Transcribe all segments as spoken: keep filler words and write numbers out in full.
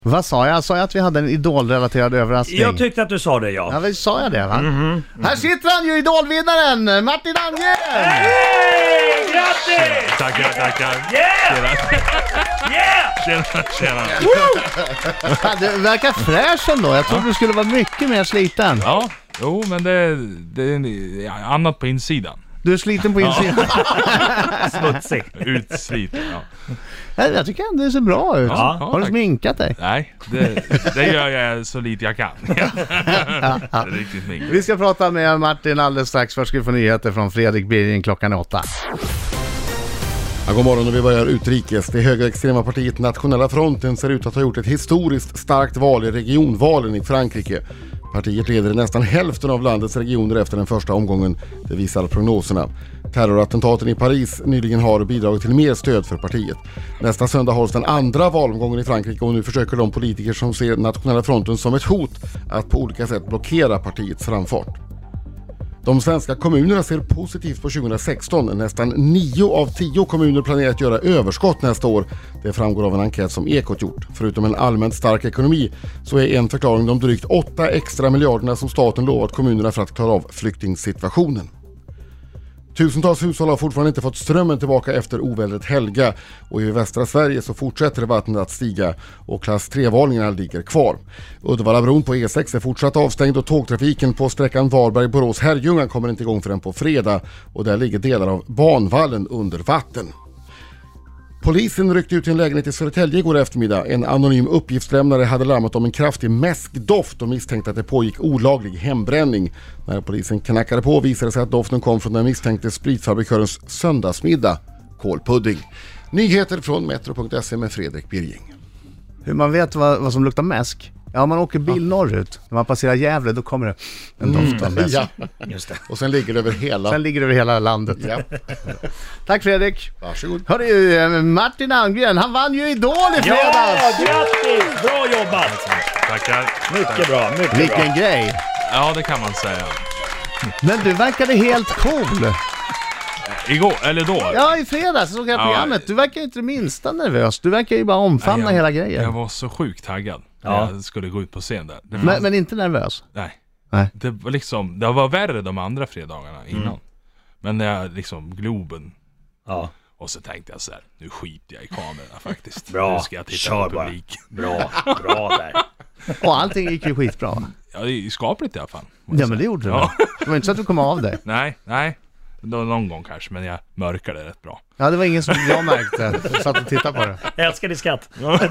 Vad sa jag? Sa jag att vi hade en idolrelaterad överraskning? Jag tyckte att du sa det, ja. Ja, men sa jag det, va? Mm-hmm. Mm-hmm. Här sitter han ju, idolvinnaren, Martin Almgren! Hej! Grattis! Tackar, tackar. Yeah! Yeah! Tjena, tjena. Ja, du verkar fräsch ändå. Jag trodde du skulle vara mycket mer sliten. Ja, jo, men det, det är ja, annat på insidan. Du är sliten på insidan. Smutsig. Utsliten, ja. Jag tycker ändå det ser bra ut. Ja, Har du tack. sminkat dig? Nej, det, det gör jag så lite jag kan. Det är riktigt sminkat. Vi ska prata med Martin alldeles strax. Först ska vi få nyheter från Fredrik Birring klockan åtta. Ja, god morgon och vi börjar utrikes. Det högerextrema partiet Nationella fronten ser ut att ha gjort ett historiskt starkt val i regionvalen i Frankrike. Partiet leder nästan hälften av landets regioner efter den första omgången, det visar prognoserna. Terrorattentaten i Paris nyligen har bidragit till mer stöd för partiet. Nästa söndag hålls den andra valomgången i Frankrike och nu försöker de politiker som ser Nationella fronten som ett hot att på olika sätt blockera partiets framfart. De svenska kommunerna ser positivt på tjugohundrasexton. Nästan nio av tio kommuner planerar att göra överskott nästa år. Det framgår av en enkät som Ekot gjort. Förutom en allmänt stark ekonomi så är en förklaring de drygt åtta extra miljarderna som staten lovat kommunerna för att klara av flyktingsituationen. Tusentals hushåll har fortfarande inte fått strömmen tillbaka efter ovädret Helga och i västra Sverige så fortsätter vattnet att stiga och klass tre-varningarna ligger kvar. Uddevallabron på E sex är fortsatt avstängd och tågtrafiken på sträckan Varberg-Borås-Herrljunga kommer inte igång förrän på fredag och där ligger delar av banvallen under vatten. Polisen ryckte ut i en lägenhet i Södertälje igår eftermiddag. En anonym uppgiftslämnare hade larmat om en kraftig mäskdoft och misstänkte att det pågick olaglig hembränning. När polisen knackade på visade sig att doften kom från den misstänkte spritfabrikörens söndagsmiddag, kålpudding. Nyheter från metro punkt se med Fredrik Birring. Hur man vet vad, vad som luktar mäsk? Ja, man åker bil norrut. När man passerar Gävle då kommer det en doft av mäsk. Ja, Just det. och sen ligger det över hela. Sen ligger det över hela landet. Ja. Tack Fredrik. Varsågod. Hörde ju Martin Almgren, han vann ju Idol i Ja, fredags! grattis! Bra jobbat! Tackar. Mycket bra, mycket Vilken bra. grej! Ja, det kan man säga. Men du verkade helt cool. Igår, eller då? Ja, i fredags såg jag Ja. programmet. Du verkar inte det minsta nervös. Du verkar ju bara omfamna jag, hela grejen. Jag var så sjukt taggad när Ja. jag skulle gå ut på scen där. Det fanns, Men, men inte nervös? nej. Nej. Det var liksom, det var värre de andra fredagarna innan. Mm. Men när jag liksom Globen, Ja, och så tänkte jag så här, nu skiter jag i kamerorna faktiskt. bra. Nu ska jag titta Kör på bara. publik. Bra, bra där. Och allting gick ju skitbra. Ja, det är skapligt i alla fall. må jag Ja, men det säga. gjorde du. Ja. Det var inte så att du kom av dig. Nej, nej. Då, någon gång kanske, men jag mörkade rätt bra. Ja, det var ingen som jag märkte. Jag satt och tittade på det. Jag älskar din skatt.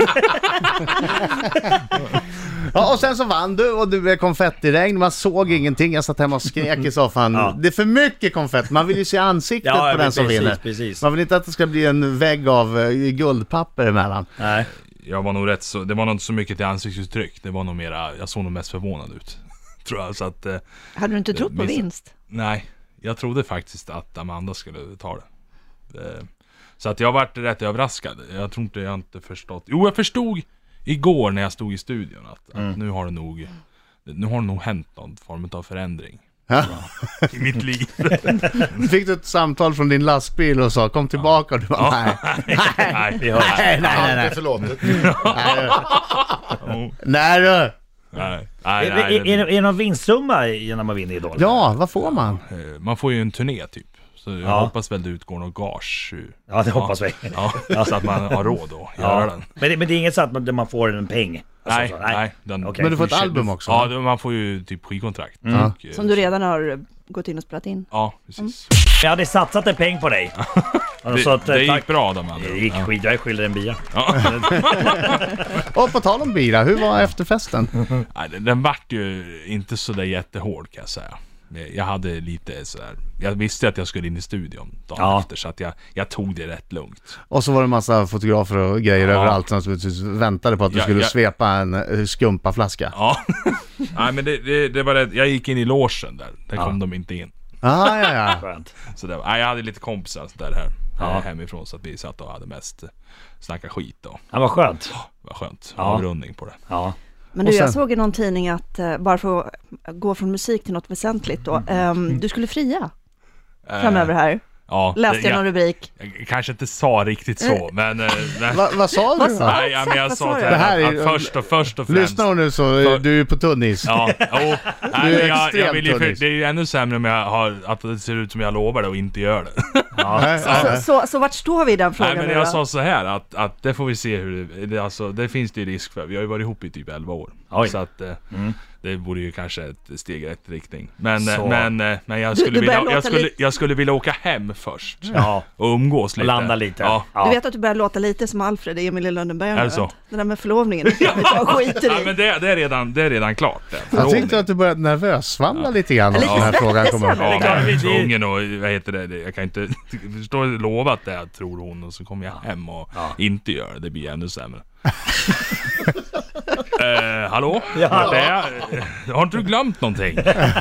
Ja, och sen så vann du och du blev konfettiregn. Man såg ingenting. Jag satt hemma och skrek i soffan. Ja. Det är för mycket konfetti. Man vill ju se ansiktet Ja, på den som precis, vinner. precis. Man vill inte att det ska bli en vägg av eh, guldpapper emellan. Nej. Jag var nog rätt så, det var nog inte så mycket till ansiktsuttryck. Det var nog mera, jag såg nog mest förvånad ut. Tror jag, så att... Eh, Hade du inte trott på minst- vinst? Nej, jag trodde faktiskt att Amanda skulle ta det. Eh, Så att jag varit rätt överraskad. Jag tror inte jag inte förstått. Jo, jag förstod igår när jag stod i studion att, Mm. att nu har det nog nu har det nog hänt någon form av förändring Ja. i mitt liv. Fick du ett samtal från din lastbil och sa kom tillbaka och du bara nej. Nej, Vi hör. Nej, nej, nej, Allt är nej. förlåtet. oh, Nej du. nej, nej, Är, nej, är, är, är det någon vinstsumma när man vinner Idol? Ja, vad får man? Eh, Man får ju en turné typ. Så jag Ja. hoppas väl det utgår någon gage. Ja, det hoppas vi. Ja, så att man har råd att göra Ja. den. Men, det, men det är inget så att man, där man får en peng? Alltså, Nej, så, nej. Den, Okej. Men du får ett du- album också? Ja, det- man får ju typ skivkontrakt. Mm. Och, eh, Som du redan har gått in och spelat in. Ja, precis. Jag hade satsat en peng på dig. Det, Så att, eh, det gick tack. bra de andra. Det gick Ja. skit, jag är skyldig en bia. Ja. Och på tal om bira, hur var efterfesten? Nej, den, den vart ju inte så där jättehård kan jag säga. Jag hade lite sådär, jag visste att jag skulle in i studion dagen Ja. efter, så att jag, jag tog det rätt lugnt. Och så var det en massa fotografer och grejer Ja. överallt som naturligtvis väntade på att du Ja, skulle ja. svepa en eh, skumpaflaska. Ja. Nej, men det, det, det var rätt, jag gick in i logen där, där Ja. kom de inte in. Ah, ja, ja. Skönt. Så det, nej, jag hade lite kompisar där här, Ja. ja. hemifrån, så att vi satt och hade mest snacka skit och Ja, vad skönt. det var skönt, Ja. avrundning på det. Ja. Men Och du, jag sen- såg i någon tidning att, eh, bara för att gå från musik till något väsentligt då, ehm, du skulle fria Eh, framöver här. Ja, Läste det- jag någon rubrik? Jag kanske inte sa riktigt så, men... eh, men Va, vad sa du Vad då? sa nej, ja, men jag Vad sa sa till du? Det här henne är- att, att först och först och främst... Lyssna nu så, För- du är på tunn is. Ja, jo, nej, men jag, jag extremt vill ju, för, tunnis. det är ju ännu sämre om jag har, att det ser ut som jag lovar det och inte gör det. Nej, Så, nej. så, så vart står vi i den frågan Nej, men nu jag då? sa så här att, att det får vi se hur det, det, alltså, det finns det ju risk för. Vi har ju varit ihop i typ elva år. Oj. Så att eh, Mm. det vore ju kanske ett steg i rätt riktning. Men, Så. eh, men, eh, men jag Du- skulle du börjar vilja, låta jag skulle, lite- jag skulle vilja åka hem först. Ja, Och umgås lite. landa lite. Ja. Ja. Du vet att du börjar låta lite som Alfred i Emil i Lönneberga Är nu, det så? va? Det där med förlovningen, det kan vi ta och skiter Ja, i. men det, det, är redan, det är redan klart. Det. Jag Förordning. tyckte att du började nervös-svamla lite grann när Lite den här frågan kom upp. snäppet Ja, Det är klart, men jag är vi- vi- tvungen och, vad heter det, det- jag kan inte förstå lova att det är, tror hon, och så kommer jag hem och Ja. inte gör det, det blir ännu sämre. eh, hallå? Ja. Vart är jag? Eh, Har inte du glömt någonting?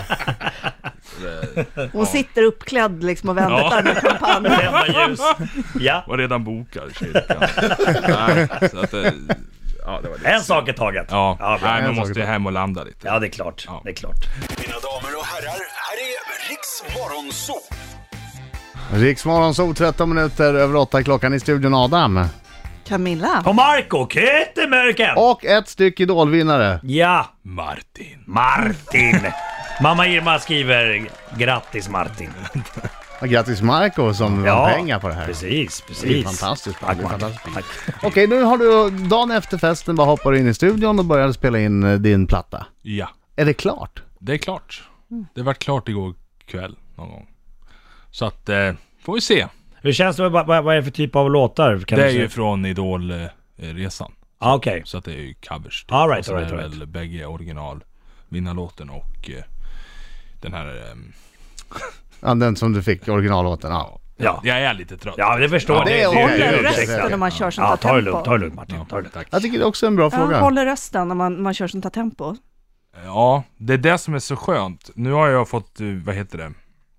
Hon sitter uppklädd liksom och väntar med champagne. Tända ljus. Ja, Var redan bokad i kyrkan. Nej, så att, eh, ja, det var lite en sak i taget. Ja, Ja, bra. nej, En man sak i måste ju taget. hem och landa lite. Ja, det är klart. Ja. Det är klart. Mina damer och herrar, här är Riks Morgonzoo! Riksmorgon så tretton minuter över åtta klockan i studion Adam. Camilla. Och Marco Köttemörken! Och ett styck idolvinnare. Ja, Martin. Martin. Mamma Irma skriver grattis Martin. Och grattis Marco som Ja, vann pengar på det här. Precis, Det är precis. fantastiskt. Tack Det är Martin. fantastiskt. Tack. Okej, nu har du dagen efter festen bara hoppat in i studion och började spela in eh, din platta. Ja, Är det klart? det är klart. Det var klart igår kväll någon gång. Så att, eh, får vi se. Hur känns det? Vad, vad vad är det för typ av låtar? Kan Det du är säga? ju från Idol-resan. Ah, okej. Så att det är ju covers. typ. All right, Och så all right, är all väl bägge original. Vinnarlåten och eh, den här... ehm, Ja, den som du fick, originallåten. Ja. Ja. Jag är lite trött. Ja, det förstår Ja, jag. det är okej. Håller det är rösten okej. när man kör sånt Ja, här ta det tempo? lugnt, ta det lugnt Martin. Ja, Ta det lugnt. tack. Jag tycker det är också en bra Ja, fråga. håller rösten när man, man kör sånt här tempo. Ja, det är det som är så skönt. Nu har jag fått, eh, vad heter det?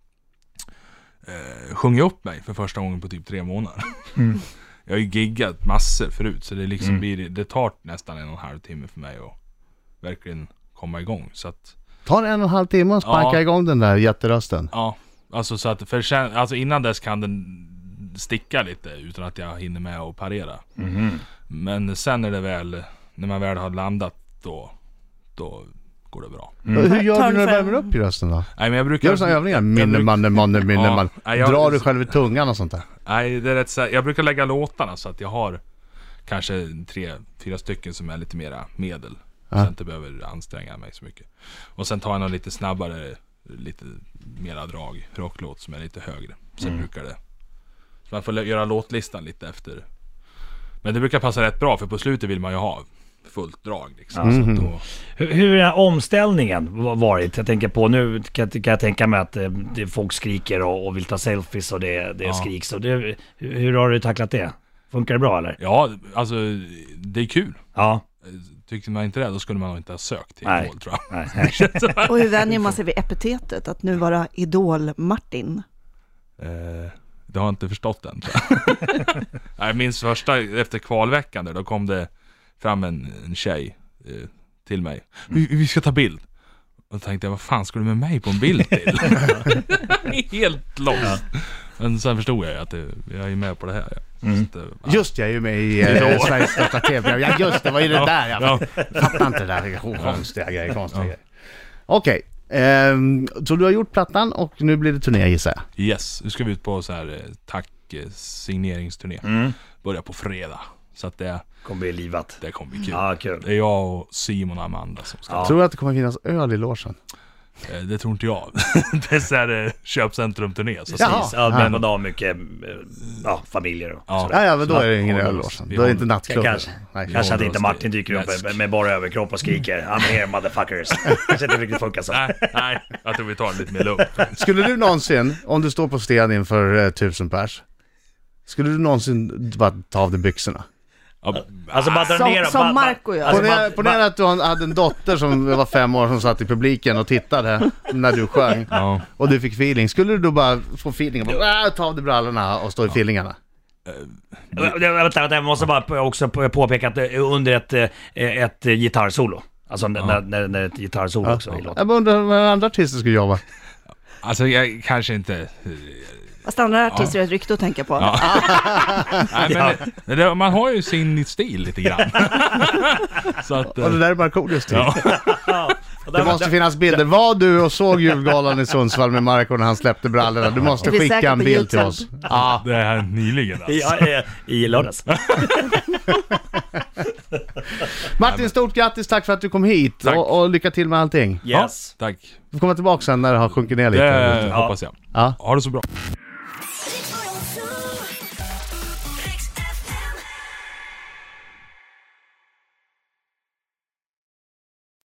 Eh, sjunga upp mig för första gången på typ tre månader. Mm. Jag har ju giggat massor förut, så det liksom blir, det tar nästan en och en halv timme för mig att verkligen komma igång. Så att, Ta en och en halv timme och sparka Ja. igång den där jätterösten. ja, alltså så att, för sen, alltså innan dess kan den sticka lite utan att jag hinner med att parera. Men sen är det väl, när man väl har landat då, då går det bra. Hur gör Tar du när du ungefär- värmer upp i rösten då? Nej, men jag brukar... Gör du sådana övningar? jag Minne, bruk- manne, manne, minne, Ja. man. Ja, jag- Drar du själv i tungan och sånt där? Nej, det är rätt så här, jag brukar lägga låtarna så att jag har kanske tre, fyra stycken som är lite mera medel. Så jag inte behöver anstränga mig så mycket. Och sen tar jag någon lite snabbare, lite mera drag, rocklåt som är lite högre. Sen brukar det... Så man får lä- göra låtlistan lite efter. Men det brukar passa rätt bra, för på slutet vill man ju ha fullt drag liksom. Så att då, Hur, hur är omställningen va- varit? Jag tänker på nu kan, kan jag tänka mig att eh, det, folk skriker och, och vill ta selfies och det, det Ja. skriks. Och det, hur, hur har du tacklat det? Funkar det bra eller? ja, alltså det är kul. Ja. Tyckte man inte det, då skulle man nog inte ha sökt till Nej. Idol, tror jag. Nej, nej. Och hur vänjer man sig vid epitetet att nu vara Idol-Martin? Eh, det har jag inte förstått än. tror jag. Jag minns första, efter kvalveckan där, då kom det fram en, en tjej eh, till mig. Vi, vi ska ta bild. Och då tänkte jag, vad fan ska du med mig på en bild till? Helt lost. Men sen förstod jag ju att det, jag är med på det här. Ja. Så att, eh, ja. Just jag är ju med i eh, Sveriges största tv. Ja just det, var ju det där. Jag Ja. fattar inte det där. Det är konstiga grejer, konstiga grejer. Okej, ehm, så du har gjort plattan och nu blir det turné gissar jag. Yes, nu ska vi ut på så här eh, tack eh, signeringsturné. Mm. Börjar på fredag. Så att det, Kommer bli livat. det kommer bli kul. Ja, kul. Det är jag och Simon och Amanda som ska. Ja. Tror du att det kommer finnas öl i logen? Eh, Det tror inte jag. Det är så här eh, köpcentrum-turné. Så Jaha. Precis. Ja, men vadå, mycket eh, ja, familjer och Ja. sådär. Ja, ja, men då är det ingen Ja, öl i vi logen. har- Då är det inte nattklubb. Kanske, Nej. kanske att håller inte oss Martin till dyker upp läsk. med, med bara överkropp och skriker I'm here motherfuckers. Kanske inte riktigt funkar så. Nej, nej, jag tror vi tar det lite mer lugnt. Skulle du någonsin, om du står på scen inför eh, tusen pers, skulle du någonsin bara ta av dig byxorna? Ja, Alltså bara dra Som- ner som bara- Marco gör. alltså, Ponera, bara- ponera att du hade en dotter som var fem år som satt i publiken och tittade när du sjöng ja. och du fick feeling. Skulle du då bara få feeling och bara, äh, ta av dig brallorna och stå i feelingarna? Vänta, vänta, vänta, jag måste bara också påpeka att det är under ett, eh, ett gitarrsolo. Alltså när, när, när ett gitarrsolo också i låten. Jag bara undrar hur andra artister skulle jobba. Alltså jag kanske inte... Vad stannar artister ja. ett rykte att tänka på? Ja. Nej, men det, det, man har ju sin stil lite grann. Så att, och det där är bara Markoolios stil. Ja. Det måste finnas bilder. Var du och såg julgalan i Sundsvall med Marco när han släppte brallorna? Du måste skicka en bild YouTube. till oss. Ja. Det är nyligen alltså. Ja, i lördags. Martin, stort grattis, tack för att du kom hit och, och lycka till med allting. Yes. Ja, tack. Du får komma tillbaka sen när det har sjunkit ner lite. Det hoppas jag. Ja. Ha det så bra. Riks Morgonzoo.